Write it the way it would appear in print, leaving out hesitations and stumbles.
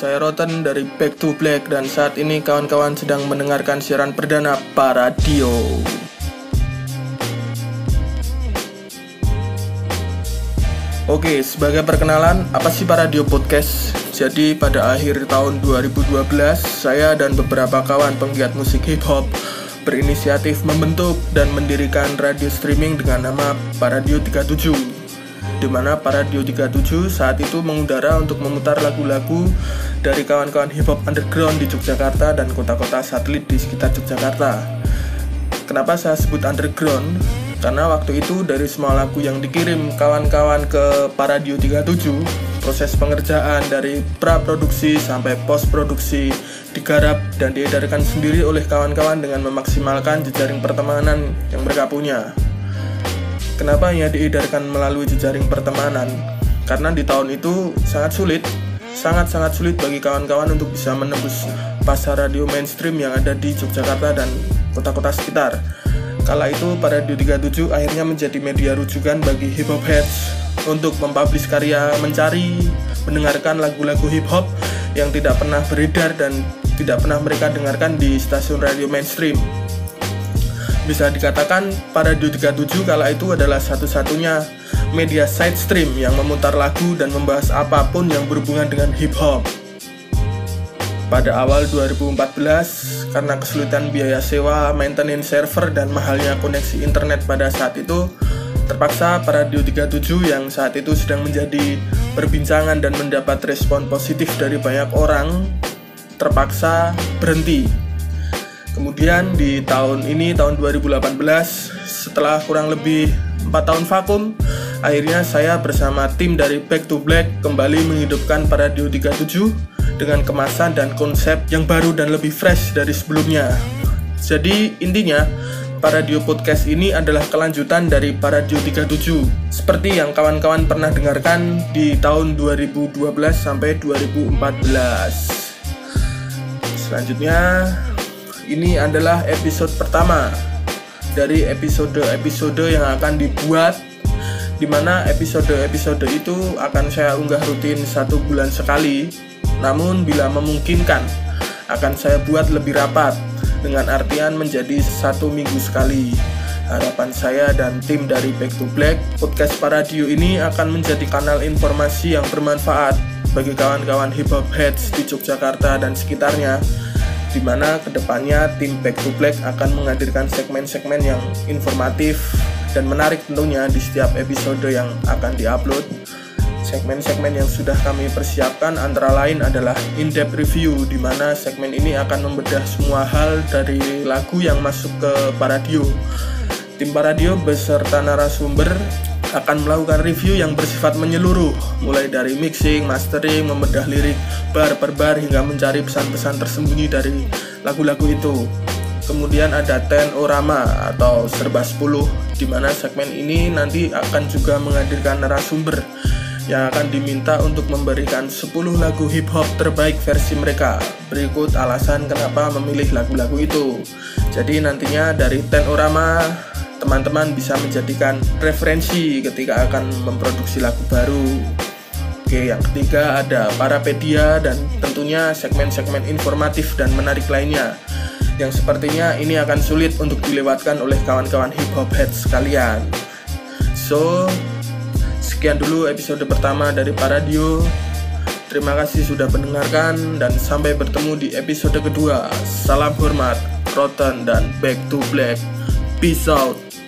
saya Roten dari Back to Black dan saat ini kawan-kawan sedang mendengarkan siaran perdana Paradio. Oke, sebagai perkenalan, apa sih Paradio Podcast? Jadi pada akhir tahun 2012, saya dan beberapa kawan penggiat musik hip hop berinisiatif membentuk dan mendirikan radio streaming dengan nama Paradio 37. Di mana Paradio 37 saat itu mengudara untuk memutar lagu-lagu dari kawan-kawan hip hop underground di Yogyakarta dan kota-kota satelit di sekitar Yogyakarta. Kenapa saya sebut underground? Karena waktu itu dari semua lagu yang dikirim kawan-kawan ke Paradio 37, proses pengerjaan dari pra-produksi sampai post-produksi digarap dan diedarkan sendiri oleh kawan-kawan dengan memaksimalkan jejaring pertemanan yang mereka punya. Kenapa hanya diedarkan melalui jejaring pertemanan? Karena di tahun itu sangat sulit bagi kawan-kawan untuk bisa menembus pasar radio mainstream yang ada di Yogyakarta dan kota-kota sekitar. Kala itu Paradio 37 akhirnya menjadi media rujukan bagi hip hop heads untuk mempublish karya, mencari, mendengarkan lagu-lagu hip hop yang tidak pernah beredar dan tidak pernah mereka dengarkan di stasiun radio mainstream. Bisa dikatakan Paradio 37 kala itu adalah satu-satunya media side stream yang memutar lagu dan membahas apapun yang berhubungan dengan hip hop. Pada awal 2014, karena kesulitan biaya sewa, maintenance server, dan mahalnya koneksi internet pada saat itu, terpaksa Paradio 37 yang saat itu sedang menjadi perbincangan dan mendapat respon positif dari banyak orang, terpaksa berhenti. Kemudian di tahun 2018, setelah kurang lebih 4 tahun vakum, akhirnya saya bersama tim dari Back to Black kembali menghidupkan Paradio 37 dengan kemasan dan konsep yang baru dan lebih fresh dari sebelumnya. Jadi intinya, Paradio Podcast ini adalah kelanjutan dari Paradio 37, seperti yang kawan-kawan pernah dengarkan di tahun 2012 sampai 2014. Selanjutnya, ini adalah episode pertama dari episode-episode yang akan dibuat, di mana episode-episode itu akan saya unggah rutin 1 bulan sekali. Namun bila memungkinkan, akan saya buat lebih rapat, dengan artian menjadi 1 minggu sekali. Harapan saya dan tim dari Back to Black, podcast Paradio ini akan menjadi kanal informasi yang bermanfaat bagi kawan-kawan hip hop heads di Yogyakarta dan sekitarnya, di mana kedepannya tim Back to Black akan menghadirkan segmen-segmen yang informatif dan menarik tentunya di setiap episode yang akan diupload. Segmen-segmen yang sudah kami persiapkan antara lain adalah in-depth review, di mana segmen ini akan membedah semua hal dari lagu yang masuk ke Paradio. Tim Paradio beserta narasumber akan melakukan review yang bersifat menyeluruh, mulai dari mixing, mastering, membedah lirik bar per bar hingga mencari pesan-pesan tersembunyi dari lagu-lagu itu. Kemudian ada 10 Orama atau serba 10, di mana segmen ini nanti akan juga menghadirkan narasumber yang akan diminta untuk memberikan 10 lagu hip hop terbaik versi mereka. Berikut alasan kenapa memilih lagu-lagu itu. Jadi nantinya dari 10 Orama, teman-teman bisa menjadikan referensi ketika akan memproduksi lagu baru. Oke, yang ketiga ada Parapedia dan tentunya segmen-segmen informatif dan menarik lainnya, yang sepertinya ini akan sulit untuk dilewatkan oleh kawan-kawan hip hop heads sekalian. So, sekian dulu episode pertama dari Paradio. Terima kasih sudah mendengarkan dan sampai bertemu di episode kedua. Salam hormat, Roten dan Back to Black. Peace out.